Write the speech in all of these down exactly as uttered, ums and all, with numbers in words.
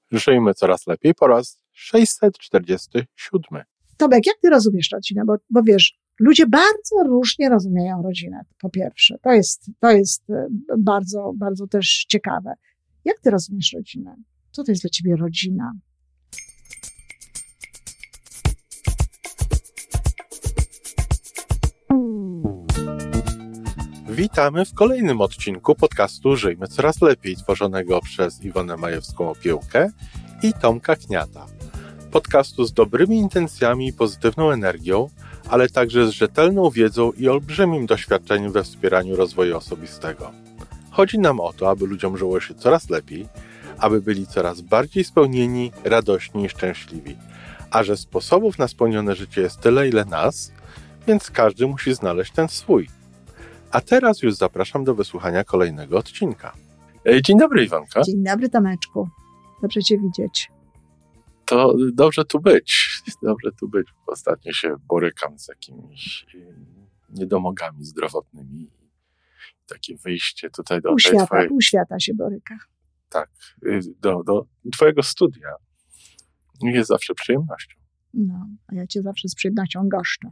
Żyjmy coraz lepiej po raz sześćset czterdziesty siódmy. Tomek, jak ty rozumiesz rodzinę? Bo, bo wiesz, ludzie bardzo różnie rozumieją rodzinę, po pierwsze. To jest, to jest bardzo, bardzo też ciekawe. Jak ty rozumiesz rodzinę? Co to jest dla ciebie rodzina? Witamy w kolejnym odcinku podcastu Żyjmy Coraz Lepiej, tworzonego przez Iwonę Majewską-Opiełkę i Tomka Kniata. Podcastu z dobrymi intencjami i pozytywną energią, ale także z rzetelną wiedzą i olbrzymim doświadczeniem we wspieraniu rozwoju osobistego. Chodzi nam o to, aby ludziom żyło się coraz lepiej, aby byli coraz bardziej spełnieni, radośni i szczęśliwi. A że sposobów na spełnione życie jest tyle, ile nas, więc każdy musi znaleźć ten swój. A teraz już zapraszam do wysłuchania kolejnego odcinka. Dzień dobry, Iwonka. Dzień dobry, Tomeczku. Dobrze cię widzieć. To dobrze tu być. Dobrze tu być. Ostatnio się borykam z jakimiś niedomogami zdrowotnymi. Takie wyjście tutaj do pół tej świata, twojej... pół świata się boryka. Tak, do, do twojego studia. Jest zawsze przyjemnością. No, a ja cię zawsze z przyjemnością goszczę.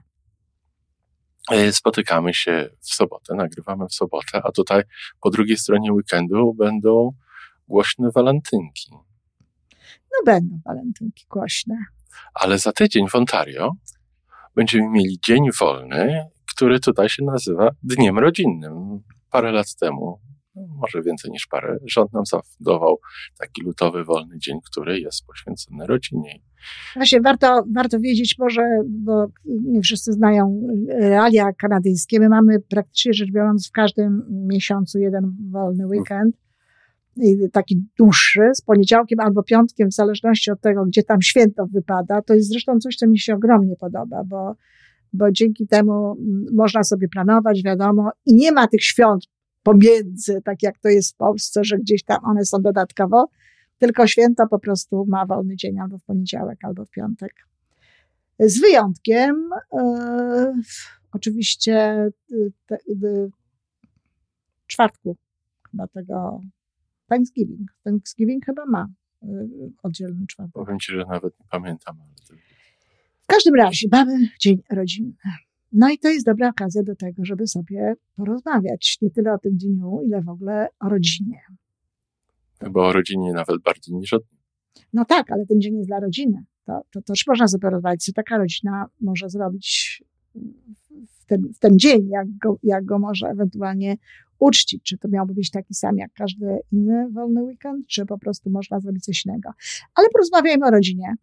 Spotykamy się w sobotę, nagrywamy w sobotę, a tutaj po drugiej stronie weekendu będą głośne walentynki. No będą walentynki głośne. Ale za tydzień w Ontario będziemy mieli dzień wolny, który tutaj się nazywa Dniem Rodzinnym. Parę lat temu, może więcej niż parę, rząd nam zafundował taki lutowy wolny dzień, który jest poświęcony rodzinie. Właśnie warto, warto wiedzieć może, bo nie wszyscy znają realia kanadyjskie. My mamy praktycznie rzecz biorąc w każdym miesiącu jeden wolny weekend, taki dłuższy, z poniedziałkiem albo piątkiem, w zależności od tego, gdzie tam święto wypada. To jest zresztą coś, co mi się ogromnie podoba, bo, bo dzięki temu można sobie planować, wiadomo, i nie ma tych świąt pomiędzy, tak jak to jest w Polsce, że gdzieś tam one są dodatkowo, tylko święto po prostu ma wolny dzień albo w poniedziałek, albo w piątek. Z wyjątkiem e, oczywiście te, te, czwartku, chyba tego Thanksgiving. Thanksgiving chyba ma e, oddzielny czwartek. Powiem ci, że nawet nie pamiętam. Ale... W każdym razie mamy dzień rodzinny. No i to jest dobra okazja do tego, żeby sobie porozmawiać nie tyle o tym dniu, ile w ogóle o rodzinie. Bo o rodzinie nawet bardziej niż o tym. No tak, ale ten dzień jest dla rodziny. To, to też można sobie porozmawiać, co taka rodzina może zrobić w ten, w ten dzień, jak go, jak go może ewentualnie uczcić. Czy to miałby być taki sam jak każdy inny wolny weekend, czy po prostu można zrobić coś innego. Ale porozmawiajmy o rodzinie.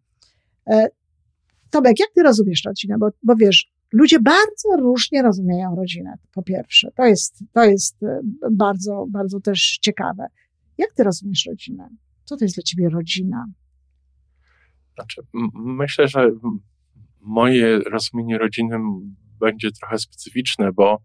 Tomek, jak ty rozumiesz rodzinę? Bo, bo wiesz, ludzie bardzo różnie rozumieją rodzinę, po pierwsze. To jest, to jest bardzo, bardzo też ciekawe. Jak ty rozumiesz rodzinę? Co to jest dla ciebie rodzina? Znaczy, m- myślę, że moje rozumienie rodziny będzie trochę specyficzne, bo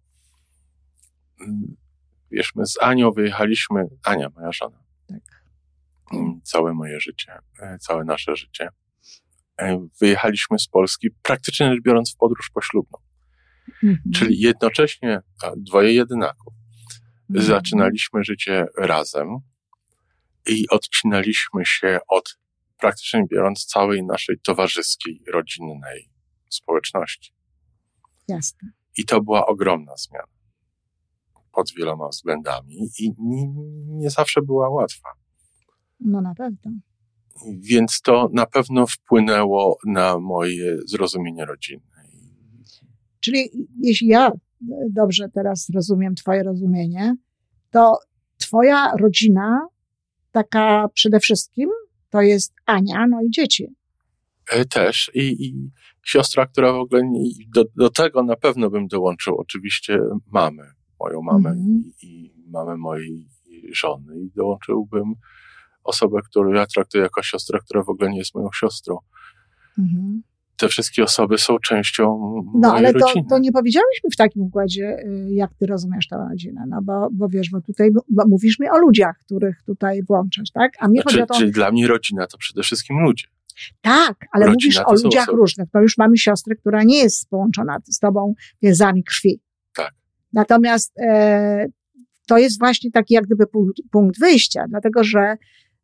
wiesz, my z Anią wyjechaliśmy, Ania, moja żona, tak. Całe moje życie, całe nasze życie. Wyjechaliśmy z Polski, praktycznie rzecz biorąc, w podróż poślubną. Mhm. Czyli jednocześnie dwoje jedynaków. Mhm. Zaczynaliśmy życie razem i odcinaliśmy się od, praktycznie biorąc, całej naszej towarzyskiej, rodzinnej społeczności. Jasne. I to była ogromna zmiana pod wieloma względami i nie, nie zawsze była łatwa. No na pewno. Więc to na pewno wpłynęło na moje zrozumienie rodziny. Czyli jeśli ja dobrze teraz rozumiem twoje rozumienie, to twoja rodzina taka przede wszystkim to jest Ania, no i dzieci. Też i, i siostra, która w ogóle nie, do, do tego na pewno bym dołączył oczywiście mamę, moją mamę mm. i, i mamę mojej żony i dołączyłbym osobę, którą ja traktuję jako siostrę, która w ogóle nie jest moją siostrą. Mm-hmm. Te wszystkie osoby są częścią no, mojej ale rodziny. To, to nie powiedziałyśmy w takim układzie, jak ty rozumiesz tę rodzinę, no bo, bo wiesz, bo tutaj bo mówisz mi o ludziach, których tutaj włączasz, tak? A mnie znaczy, chodzi o to... Czyli dla mnie rodzina to przede wszystkim ludzie. Tak, ale rodzina mówisz o ludziach osoby. różnych. No już mamy siostrę, która nie jest połączona z tobą więzami krwi. Tak. Natomiast e, to jest właśnie taki jak gdyby punkt, punkt wyjścia, dlatego że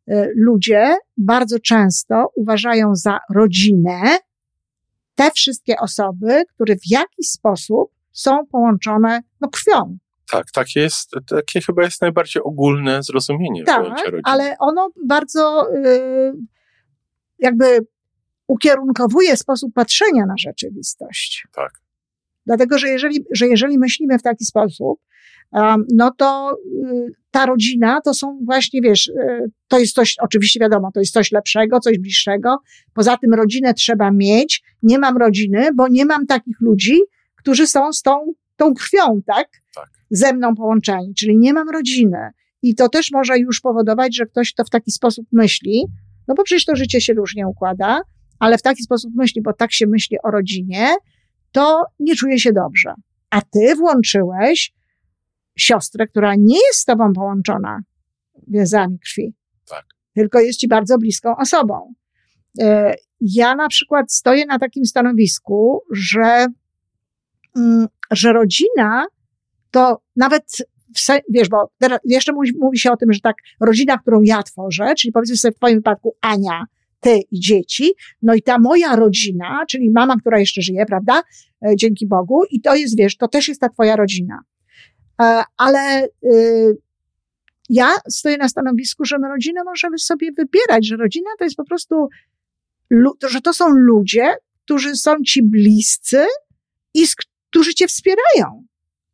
ludzie bardzo często uważają za rodzinę te wszystkie osoby, które w jakiś sposób są połączone no, krwią. Tak, takie jest, takie chyba jest najbardziej ogólne zrozumienie tak, pojęcia rodziny. Ale ono bardzo yy, jakby ukierunkowuje sposób patrzenia na rzeczywistość. Tak. Dlatego, że jeżeli, że jeżeli myślimy w taki sposób, um, no to y, ta rodzina to są właśnie, wiesz, y, to jest coś, oczywiście wiadomo, to jest coś lepszego, coś bliższego. Poza tym rodzinę trzeba mieć. Nie mam rodziny, bo nie mam takich ludzi, którzy są z tą, tą krwią, tak? Tak. Ze mną połączeni, czyli nie mam rodziny. I to też może już powodować, że ktoś to w taki sposób myśli, no bo przecież to życie się różnie układa, ale w taki sposób myśli, bo tak się myśli o rodzinie, to nie czuje się dobrze. A ty włączyłeś siostrę, która nie jest z tobą połączona więzami krwi, tak. tylko jest ci bardzo bliską osobą. Ja na przykład stoję na takim stanowisku, że, że rodzina to nawet, w, wiesz, bo teraz jeszcze mówi, mówi się o tym, że tak rodzina, którą ja tworzę, czyli powiedzmy sobie w twoim wypadku Ania, ty i dzieci, no i ta moja rodzina, czyli mama, która jeszcze żyje, prawda, e, dzięki Bogu, i to jest, wiesz, to też jest ta twoja rodzina. E, ale y, ja stoję na stanowisku, że my rodzinę możemy sobie wybierać, że rodzina to jest po prostu, lu- to, że to są ludzie, którzy są ci bliscy i z, którzy cię wspierają.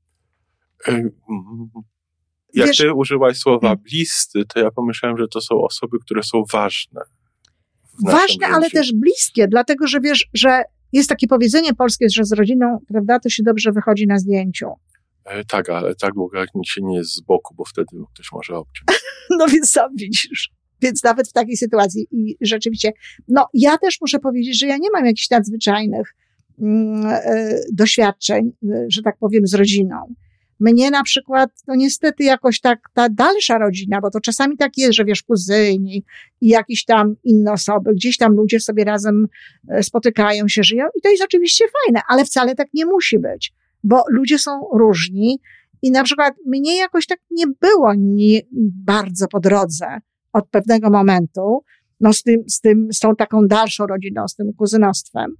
Jak Wiesz, ty użyłaś słowa bliscy, to ja pomyślałem, że to są osoby, które są ważne. Ważne, ale też bliskie, dlatego, że wiesz, że jest takie powiedzenie polskie, że z rodziną, prawda, to się dobrze wychodzi na zdjęciu. E, tak, ale tak długo jak się nie jest z boku, bo wtedy ktoś może obciąć. No więc sam widzisz. Więc nawet w takiej sytuacji i rzeczywiście, no ja też muszę powiedzieć, że ja nie mam jakichś nadzwyczajnych mm, e, doświadczeń, e, że tak powiem, z rodziną. Mnie na przykład, no niestety jakoś tak ta dalsza rodzina, bo to czasami tak jest, że wiesz, kuzyni i jakieś tam inne osoby, gdzieś tam ludzie sobie razem spotykają się, żyją i to jest oczywiście fajne, ale wcale tak nie musi być, bo ludzie są różni i na przykład mnie jakoś tak nie było nie bardzo po drodze od pewnego momentu, no z tym, z tym, z tą taką dalszą rodziną, z tym kuzynostwem.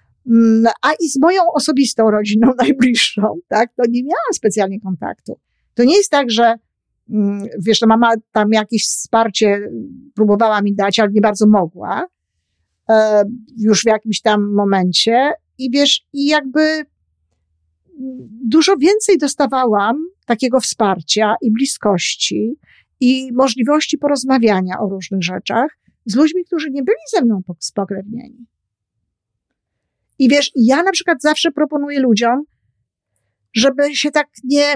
A i z moją osobistą rodziną najbliższą, tak, to nie miałam specjalnie kontaktu. To nie jest tak, że, wiesz, no mama tam jakieś wsparcie próbowała mi dać, ale nie bardzo mogła, e, już w jakimś tam momencie i wiesz, i jakby dużo więcej dostawałam takiego wsparcia i bliskości i możliwości porozmawiania o różnych rzeczach z ludźmi, którzy nie byli ze mną spokrewnieni. I wiesz, ja na przykład zawsze proponuję ludziom, żeby się tak nie,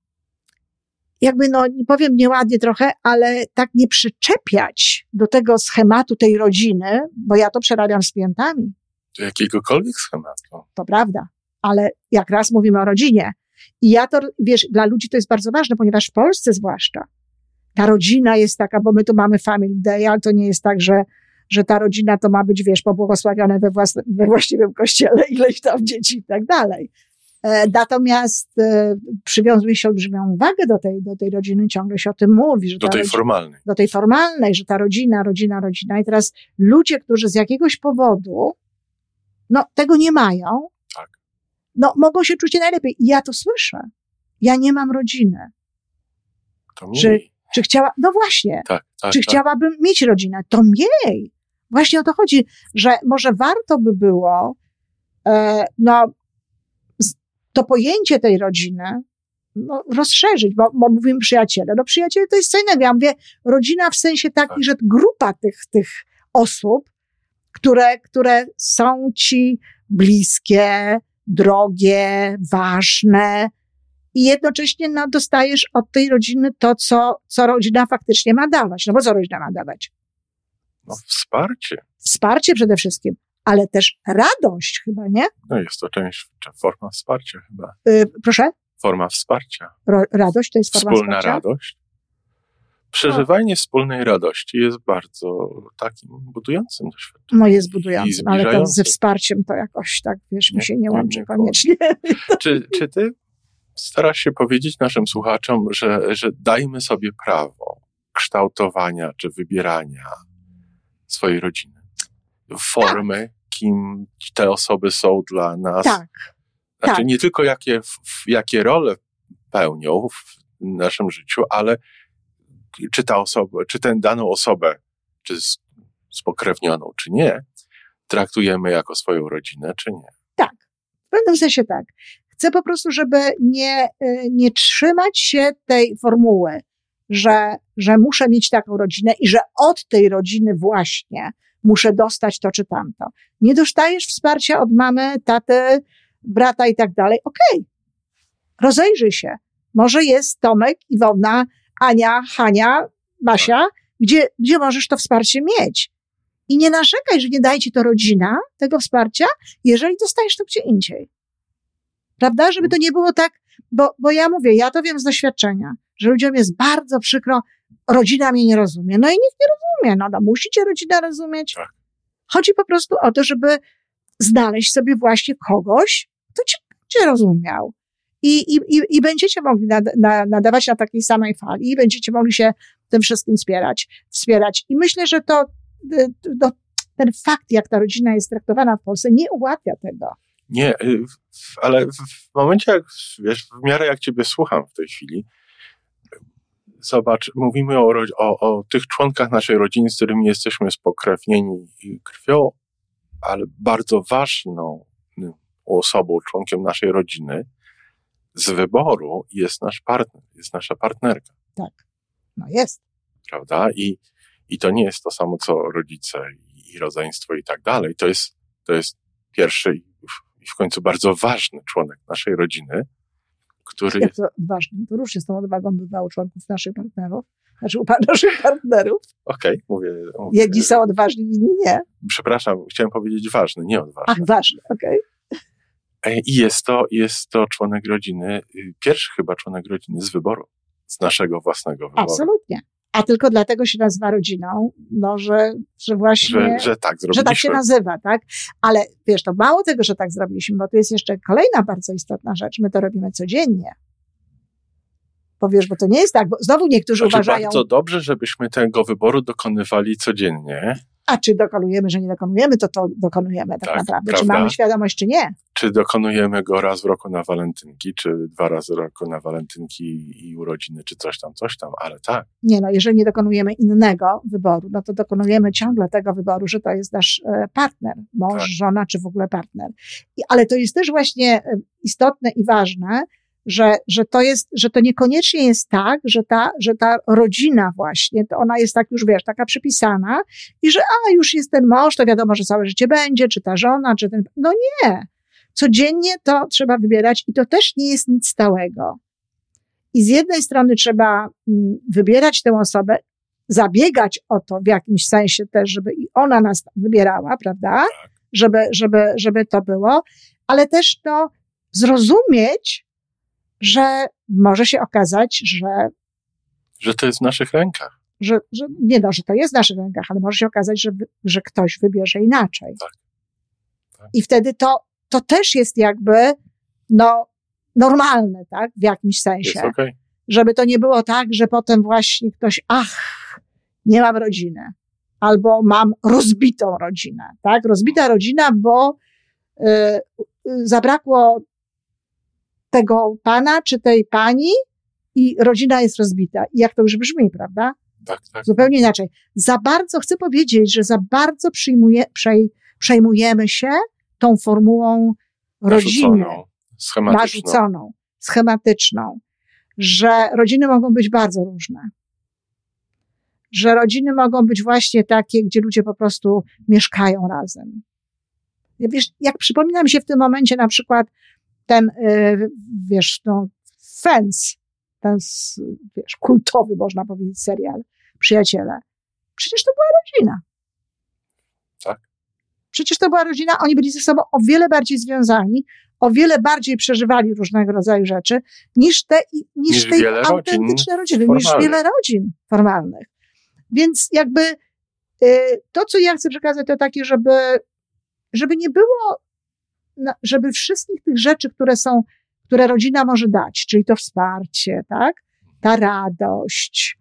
jakby no, nie powiem nieładnie trochę, ale tak nie przyczepiać do tego schematu tej rodziny, bo ja to przerabiam z klientami. Do jakiegokolwiek schematu. To prawda, ale jak raz mówimy o rodzinie. I ja to, wiesz, dla ludzi to jest bardzo ważne, ponieważ w Polsce zwłaszcza ta rodzina jest taka, bo my tu mamy Family Day, ale to nie jest tak, że że ta rodzina to ma być, wiesz, pobłogosławione we, własne, we właściwym kościele, ileś tam dzieci i tak dalej. E, natomiast e, przywiązuje się olbrzymią uwagę do tej, do tej rodziny, ciągle się o tym mówi. Że do tej rodzina, formalnej. Do tej formalnej, że ta rodzina, rodzina, rodzina. I teraz ludzie, którzy z jakiegoś powodu, no, tego nie mają, tak. no, mogą się czuć najlepiej. I ja to słyszę. Ja nie mam rodziny. To miej. Czy, czy chciała, no właśnie, tak, tak, czy tak. chciałabym mieć rodzinę? To miej. Właśnie o to chodzi, że może warto by było e, no, to pojęcie tej rodziny no, rozszerzyć, bo, bo mówimy przyjaciele. No przyjaciele to jest co innego. Ja mówię rodzina w sensie taki, tak. że grupa tych, tych osób, które, które są ci bliskie, drogie, ważne i jednocześnie no, dostajesz od tej rodziny to, co, co rodzina faktycznie ma dawać. No bo co rodzina ma dawać? No, wsparcie. Wsparcie przede wszystkim, ale też radość chyba, nie? No jest to część, forma wsparcia chyba. Yy, proszę? Forma wsparcia. Ro, radość to jest forma Wspólna wsparcia? radość. Przeżywanie no. wspólnej radości jest bardzo takim budującym doświadczeniem. No jest budującym, ale to ze wsparciem to jakoś tak, wiesz, mi się nie, nie łączy nie, koniecznie. Czy, czy ty starasz się powiedzieć naszym słuchaczom, że, że dajmy sobie prawo kształtowania czy wybierania swojej rodziny. Formy, tak. Kim te osoby są dla nas. Tak. Znaczy tak. nie tylko jakie, jakie role pełnią w naszym życiu, ale czy ta osoba, czy tę daną osobę, czy spokrewnioną, czy nie, traktujemy jako swoją rodzinę, czy nie. Tak. W pewnym sensie tak. Chcę po prostu, żeby nie, nie trzymać się tej formuły, że, że muszę mieć taką rodzinę i że od tej rodziny właśnie muszę dostać to czy tamto. Nie dostajesz wsparcia od mamy, taty, brata i tak dalej. Okej. Rozejrzyj się. Może jest Tomek, Iwona, Ania, Hania, Basia, gdzie, gdzie możesz to wsparcie mieć. I nie narzekaj, że nie daje ci to rodzina tego wsparcia, jeżeli dostajesz to gdzie indziej. Prawda? Żeby to nie było tak, bo, bo ja mówię, ja to wiem z doświadczenia, że ludziom jest bardzo przykro, rodzina mnie nie rozumie. No i nikt nie rozumie, no, no musicie rodzina rozumieć. Tak. Chodzi po prostu o to, żeby znaleźć sobie właśnie kogoś, kto cię będzie rozumiał. I, i, i, i będziecie mogli nad, na, nadawać na takiej samej fali i będziecie mogli się tym wszystkim wspierać. wspierać. I myślę, że to, to ten fakt, jak ta rodzina jest traktowana w Polsce, nie ułatwia tego. Nie, ale w momencie, jak, wiesz, w miarę jak ciebie słucham w tej chwili, zobacz, mówimy o, o, o tych członkach naszej rodziny, z którymi jesteśmy spokrewnieni krwią, ale bardzo ważną osobą, członkiem naszej rodziny z wyboru jest nasz partner, jest nasza partnerka. Tak, no jest. Prawda? I, i to nie jest to samo, co rodzice i, i rodzeństwo i tak dalej. To jest, to jest pierwszy i w, i w końcu bardzo ważny członek naszej rodziny, który... Jak to ważny? To różnie z tą odwagą bywa u członków naszych partnerów. Znaczy u naszych partnerów. Okej, okay, mówię, mówię. Jedni są odważni, inni nie. Przepraszam, chciałem powiedzieć ważny, nie odważny. Ach, ważny, okej. Okay. I jest to, jest to członek rodziny, pierwszy chyba członek rodziny z wyboru, z naszego własnego wyboru. Absolutnie. A tylko dlatego się nazywa rodziną, no, że, że właśnie, że, że, tak że tak się nazywa, tak? Ale wiesz, to mało tego, że tak zrobiliśmy, bo tu jest jeszcze kolejna bardzo istotna rzecz. My to robimy codziennie. Bo wiesz, bo to nie jest tak, bo znowu niektórzy znaczy, uważają... bardzo dobrze, żebyśmy tego wyboru dokonywali codziennie. A czy dokonujemy, że nie dokonujemy, to to dokonujemy tak, tak naprawdę. Prawda? Czy mamy świadomość, czy nie? Czy dokonujemy go raz w roku na walentynki, czy dwa razy w roku na walentynki i urodziny, czy coś tam, coś tam, ale tak. Nie no, jeżeli nie dokonujemy innego wyboru, no to dokonujemy ciągle tego wyboru, że to jest nasz partner, mąż, tak. żona, czy w ogóle partner. I, ale to jest też właśnie istotne i ważne, że, że to jest, że to niekoniecznie jest tak, że ta, że ta rodzina właśnie, to ona jest tak już, wiesz, taka przypisana i że a, już jest ten mąż, to wiadomo, że całe życie będzie, czy ta żona, czy ten, no nie. Codziennie to trzeba wybierać i to też nie jest nic stałego. I z jednej strony trzeba wybierać tę osobę, zabiegać o to w jakimś sensie też, żeby i ona nas wybierała, prawda? Żeby, żeby, żeby to było, ale też to zrozumieć, że może się okazać, że... Że to jest w naszych rękach. Że, że nie no, że to jest w naszych rękach, ale może się okazać, że, że ktoś wybierze inaczej. Tak. Tak. I wtedy to, to też jest jakby, no, normalne, tak? W jakimś sensie. Jest okay. Żeby to nie było tak, że potem właśnie ktoś, ach, nie mam rodziny. Albo mam rozbitą rodzinę, tak? Rozbita rodzina, bo y, y, zabrakło tego pana czy tej pani i rodzina jest rozbita. I jak to już brzmi, prawda? Tak, tak. Zupełnie inaczej. Za bardzo, chcę powiedzieć, że za bardzo przyjmuje, przej, przejmujemy się tą formułą rodziny. Schematyczną. Narzuconą, schematyczną. Że rodziny mogą być bardzo różne. Że rodziny mogą być właśnie takie, gdzie ludzie po prostu mieszkają razem. Wiesz, jak przypomina mi się w tym momencie na przykład ten, wiesz, no, Friends, ten, wiesz, kultowy, można powiedzieć, serial, Przyjaciele. Przecież to była rodzina. Tak. Przecież to była rodzina, oni byli ze sobą o wiele bardziej związani, o wiele bardziej przeżywali różnego rodzaju rzeczy, niż te, niż niż tej autentyczne rodziny, formalnych. niż wiele rodzin formalnych. Więc jakby to, co ja chcę przekazać, to takie, żeby, żeby nie było, żeby wszystkich tych rzeczy, które są, które rodzina może dać, czyli to wsparcie, tak? Ta radość,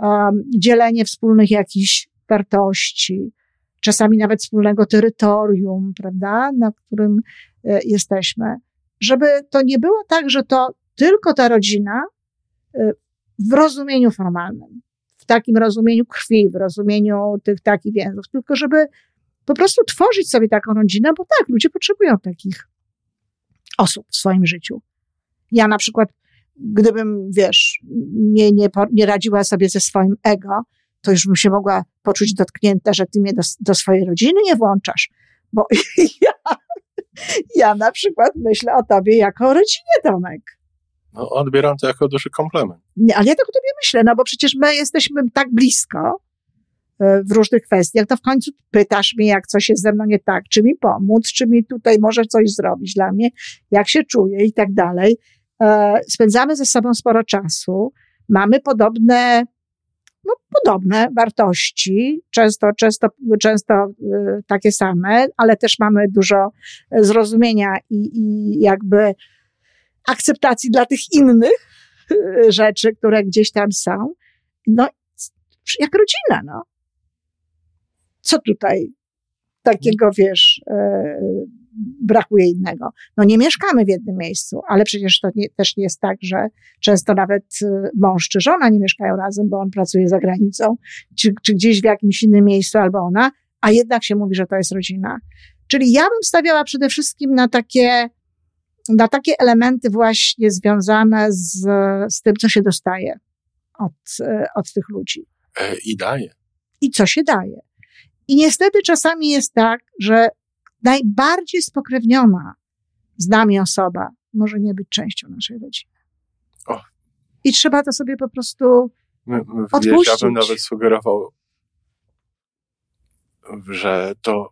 um, dzielenie wspólnych jakichś wartości, czasami nawet wspólnego terytorium, prawda, na którym y, jesteśmy. Żeby to nie było tak, że to tylko ta rodzina y, w rozumieniu formalnym, w takim rozumieniu krwi, w rozumieniu tych takich więzów, tylko żeby po prostu tworzyć sobie taką rodzinę, bo tak, ludzie potrzebują takich osób w swoim życiu. Ja na przykład, gdybym, wiesz, nie, nie, nie radziła sobie ze swoim ego, to już bym się mogła poczuć dotknięta, że ty mnie do, do swojej rodziny nie włączasz. Bo ja, ja na przykład myślę o tobie jako o rodzinie, Tomek. No, odbieram to jako duży komplement. Nie, ale ja tak o tobie myślę, no bo przecież my jesteśmy tak blisko w różnych kwestiach, to w końcu pytasz mnie, jak coś jest ze mną nie tak, czy mi pomóc, czy mi tutaj może coś zrobić dla mnie, jak się czuję i tak dalej. Spędzamy ze sobą sporo czasu, mamy podobne, no podobne wartości, często, często, często takie same, ale też mamy dużo zrozumienia i, i jakby akceptacji dla tych innych rzeczy, które gdzieś tam są. No, jak rodzina, no. Co tutaj takiego, wiesz, yy, brakuje innego? No nie mieszkamy w jednym miejscu, ale przecież to nie, też nie jest tak, że często nawet mąż czy żona nie mieszkają razem, bo on pracuje za granicą, czy, czy gdzieś w jakimś innym miejscu albo ona, a jednak się mówi, że to jest rodzina. Czyli ja bym stawiała przede wszystkim na takie, na takie elementy właśnie związane z, z tym, co się dostaje od, od tych ludzi. E, I daje. I co się daje. I niestety czasami jest tak, że najbardziej spokrewniona z nami osoba może nie być częścią naszej rodziny. O. I trzeba to sobie po prostu my, my, odpuścić. Ja bym nawet sugerował, że to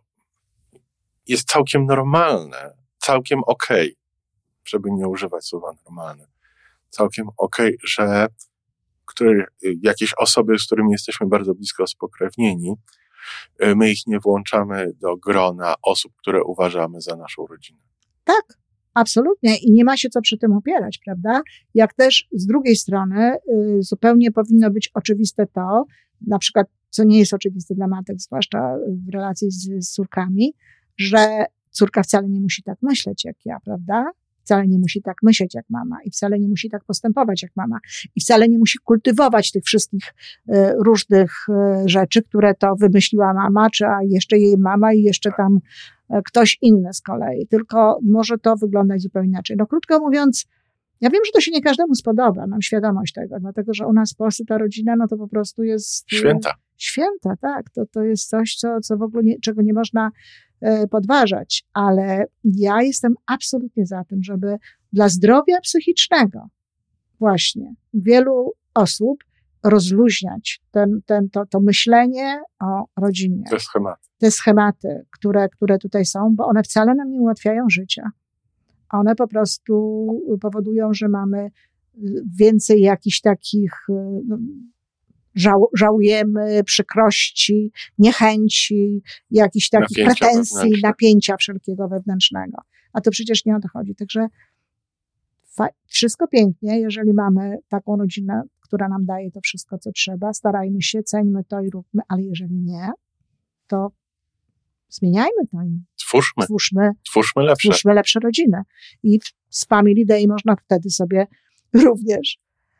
jest całkiem normalne, całkiem okej, okay, żeby nie używać słowa normalne, całkiem okej, okay, że które, jakieś osoby, z którymi jesteśmy bardzo blisko spokrewnieni, my ich nie włączamy do grona osób, które uważamy za naszą rodzinę. Tak, absolutnie. I nie ma się co przy tym opierać, prawda? Jak też z drugiej strony y, zupełnie powinno być oczywiste to, na przykład, co nie jest oczywiste dla matek, zwłaszcza w relacji z, z córkami, że córka wcale nie musi tak myśleć jak ja, prawda? Wcale nie musi tak myśleć jak mama i wcale nie musi tak postępować jak mama i wcale nie musi kultywować tych wszystkich y, różnych y, rzeczy, które to wymyśliła mama, czy a jeszcze jej mama i jeszcze tam y, ktoś inny z kolei. Tylko może to wyglądać zupełnie inaczej. No krótko mówiąc, ja wiem, że to się nie każdemu spodoba, mam świadomość tego, dlatego, że u nas w Polsce ta rodzina, no to po prostu jest... Święta. Święta, tak. To, to jest coś, co, co w ogóle nie, czego nie można e, podważać, ale ja jestem absolutnie za tym, żeby dla zdrowia psychicznego właśnie wielu osób rozluźniać ten, ten, to, to myślenie o rodzinie. Te schematy. Te schematy, które, które tutaj są, bo one wcale nam nie ułatwiają życia. One po prostu powodują, że mamy więcej jakichś takich... No, Żał, żałujemy, przykrości, niechęci, jakichś takich napięcia pretensji, wewnętrzne. napięcia wszelkiego wewnętrznego. A to przecież nie o to chodzi. Także fa- wszystko pięknie, jeżeli mamy taką rodzinę, która nam daje to wszystko, co trzeba, starajmy się, ceńmy to i róbmy, ale jeżeli nie, to zmieniajmy to i Twórzmy. twórzmy, Twórzmy lepsze. twórzmy lepsze rodziny. I z Family Day można wtedy sobie również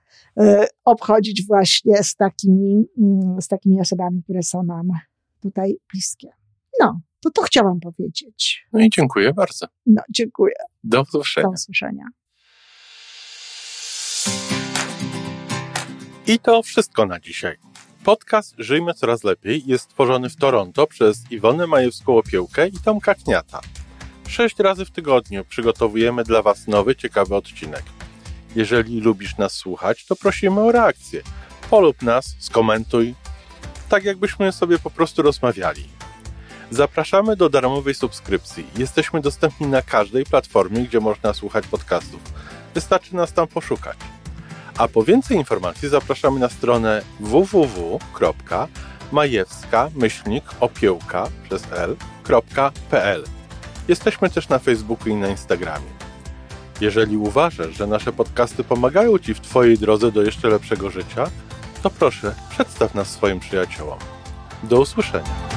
obchodzić właśnie z takimi, z takimi osobami, które są nam tutaj bliskie. No, to to chciałam powiedzieć. No i dziękuję bardzo. No, dziękuję. Do usłyszenia. Do usłyszenia. I to wszystko na dzisiaj. Podcast Żyjmy Coraz Lepiej jest stworzony w Toronto przez Iwonę Majewską-Opiełkę i Tomka Kniata. Sześć razy w tygodniu przygotowujemy dla Was nowy, ciekawy odcinek. Jeżeli lubisz nas słuchać, to prosimy o reakcję. Polub nas, skomentuj, tak jakbyśmy sobie po prostu rozmawiali. Zapraszamy do darmowej subskrypcji. Jesteśmy dostępni na każdej platformie, gdzie można słuchać podcastów. Wystarczy nas tam poszukać. A po więcej informacji zapraszamy na stronę w w w kropka majewska myślnik opiełka przez l kropka p l. Jesteśmy też na Facebooku i na Instagramie. Jeżeli uważasz, że nasze podcasty pomagają Ci w Twojej drodze do jeszcze lepszego życia, to proszę, przedstaw nas swoim przyjaciołom. Do usłyszenia.